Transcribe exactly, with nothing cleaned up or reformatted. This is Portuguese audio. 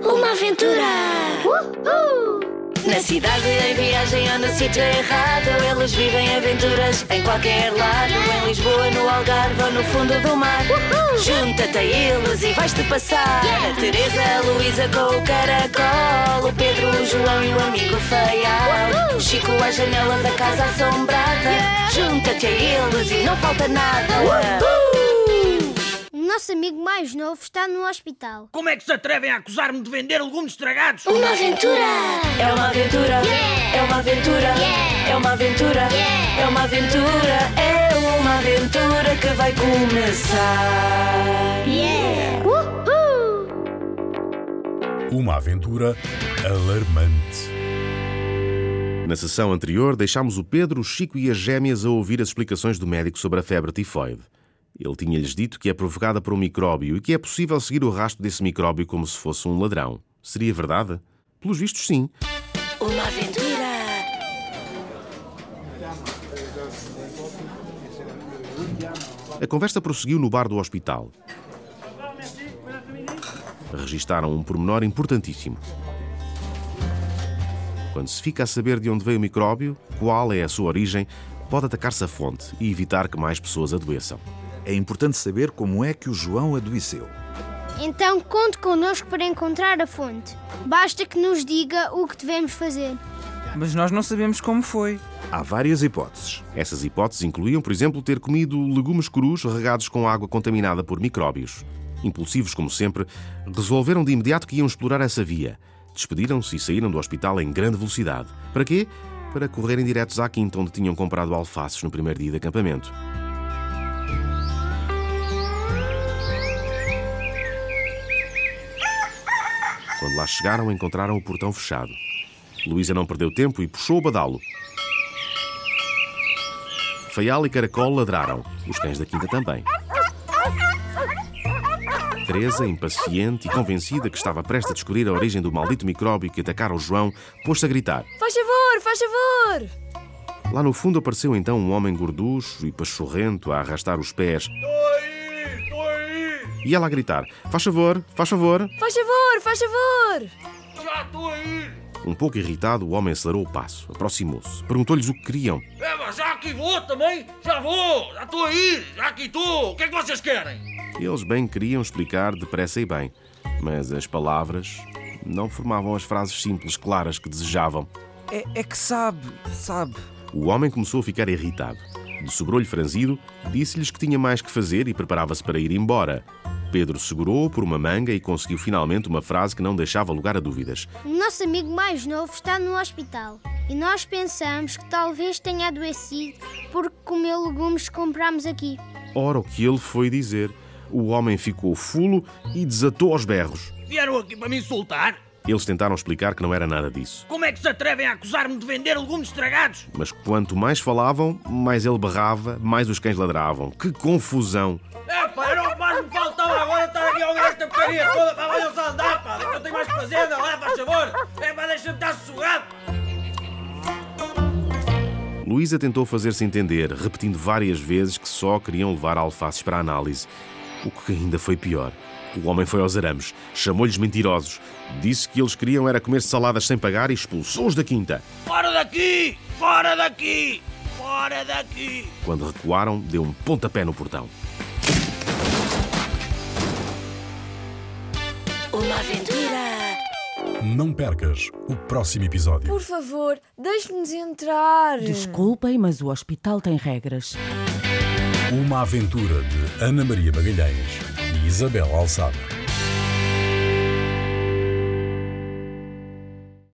Uma aventura! Uhul! Na cidade, em viagem ou no sítio errado, eles vivem aventuras em qualquer lado. Em Lisboa, no Algarve ou no fundo do mar. Uhul! Junta-te a eles e vais-te passar. Yeah! A Teresa, a Luísa com o caracol, o Pedro, o João e o amigo Feial. O Chico à janela da casa assombrada. Yeah! Junta-te a eles e não falta nada. Uhul! O nosso amigo mais novo está no hospital. Como é que se atrevem a acusar-me de vender legumes estragados? Uma aventura! É uma aventura, Yeah! é uma aventura, Yeah! é uma aventura, Yeah! é uma aventura, é uma aventura que vai começar. Yeah! Uhul! Uma aventura alarmante. Na sessão anterior, deixámos o Pedro, o Chico e as gêmeas a ouvir as explicações do médico sobre a febre tifoide. Ele tinha-lhes dito que é provocada por um micróbio e que é possível seguir o rastro desse micróbio como se fosse um ladrão. Seria verdade? Pelos vistos, sim. Uma aventura. A conversa prosseguiu no bar do hospital. Registaram um pormenor importantíssimo. Quando se fica a saber de onde veio o micróbio, qual é a sua origem, pode atacar-se a fonte e evitar que mais pessoas adoeçam. É importante saber como é que o João adoeceu. Então conte connosco para encontrar a fonte. Basta que nos diga o que devemos fazer. Mas nós não sabemos como foi. Há várias hipóteses. Essas hipóteses incluíam, por exemplo, ter comido legumes crus regados com água contaminada por micróbios. Impulsivos como sempre, resolveram de imediato que iam explorar essa via. Despediram-se e saíram do hospital em grande velocidade. Para quê? Para correrem diretos à quinta onde tinham comprado alfaces no primeiro dia de acampamento. Quando lá chegaram, encontraram o portão fechado. Luísa não perdeu tempo e puxou o badalo. Feial e Caracol ladraram. Os cães da quinta também. Teresa, impaciente e convencida que estava prestes a descobrir a origem do maldito micróbio que atacara o João, pôs-se a gritar. Faz favor, faz favor! Lá no fundo apareceu então um homem gorducho e pachorrento a arrastar os pés. Estou aí, estou aí! E ela a gritar. Faz favor, faz favor. Faz favor, faz favor! Já estou aí! Um pouco irritado, o homem acelerou o passo, aproximou-se, perguntou-lhes o que queriam. É, mas já aqui vou também! Já vou! Já estou aí! Já aqui estou! O que é que vocês querem? Eles bem queriam explicar depressa e bem, mas as palavras não formavam as frases simples, claras que desejavam. É, é que sabe, sabe. O homem começou a ficar irritado. De sobrolho franzido, disse-lhes que tinha mais que fazer e preparava-se para ir embora. Pedro segurou-o por uma manga e conseguiu finalmente uma frase que não deixava lugar a dúvidas. O nosso amigo mais novo está no hospital e nós pensamos que talvez tenha adoecido porque comeu legumes que comprámos aqui. Ora, o que ele foi dizer? O homem ficou fulo e desatou aos berros. Vieram aqui para me insultar? Eles tentaram explicar que não era nada disso. Como é que se atrevem a acusar-me de vender legumes estragados? Mas quanto mais falavam, mais ele berrava, mais os cães ladravam. Que confusão! É pá, era o que mais me faltava agora estar aqui a ouvir esta porcaria toda. Pá, vayam-se a andar, pá, eu tenho mais que fazer, anda lá, faz favor. É pá, deixa-me estar sossegado. Luísa tentou fazer-se entender, repetindo várias vezes que só queriam levar alfaces para a análise. O que ainda foi pior. O homem foi aos arames, chamou-lhes mentirosos, disse que eles queriam era comer saladas sem pagar e expulsou-os da quinta. Fora daqui! Fora daqui! Fora daqui! Quando recuaram, deu um pontapé no portão. Uma aventura. Não percas o próximo episódio. Por favor, deixe-nos entrar. Desculpem, mas o hospital tem regras. Uma aventura de Ana Maria Magalhães e Isabel Alçada.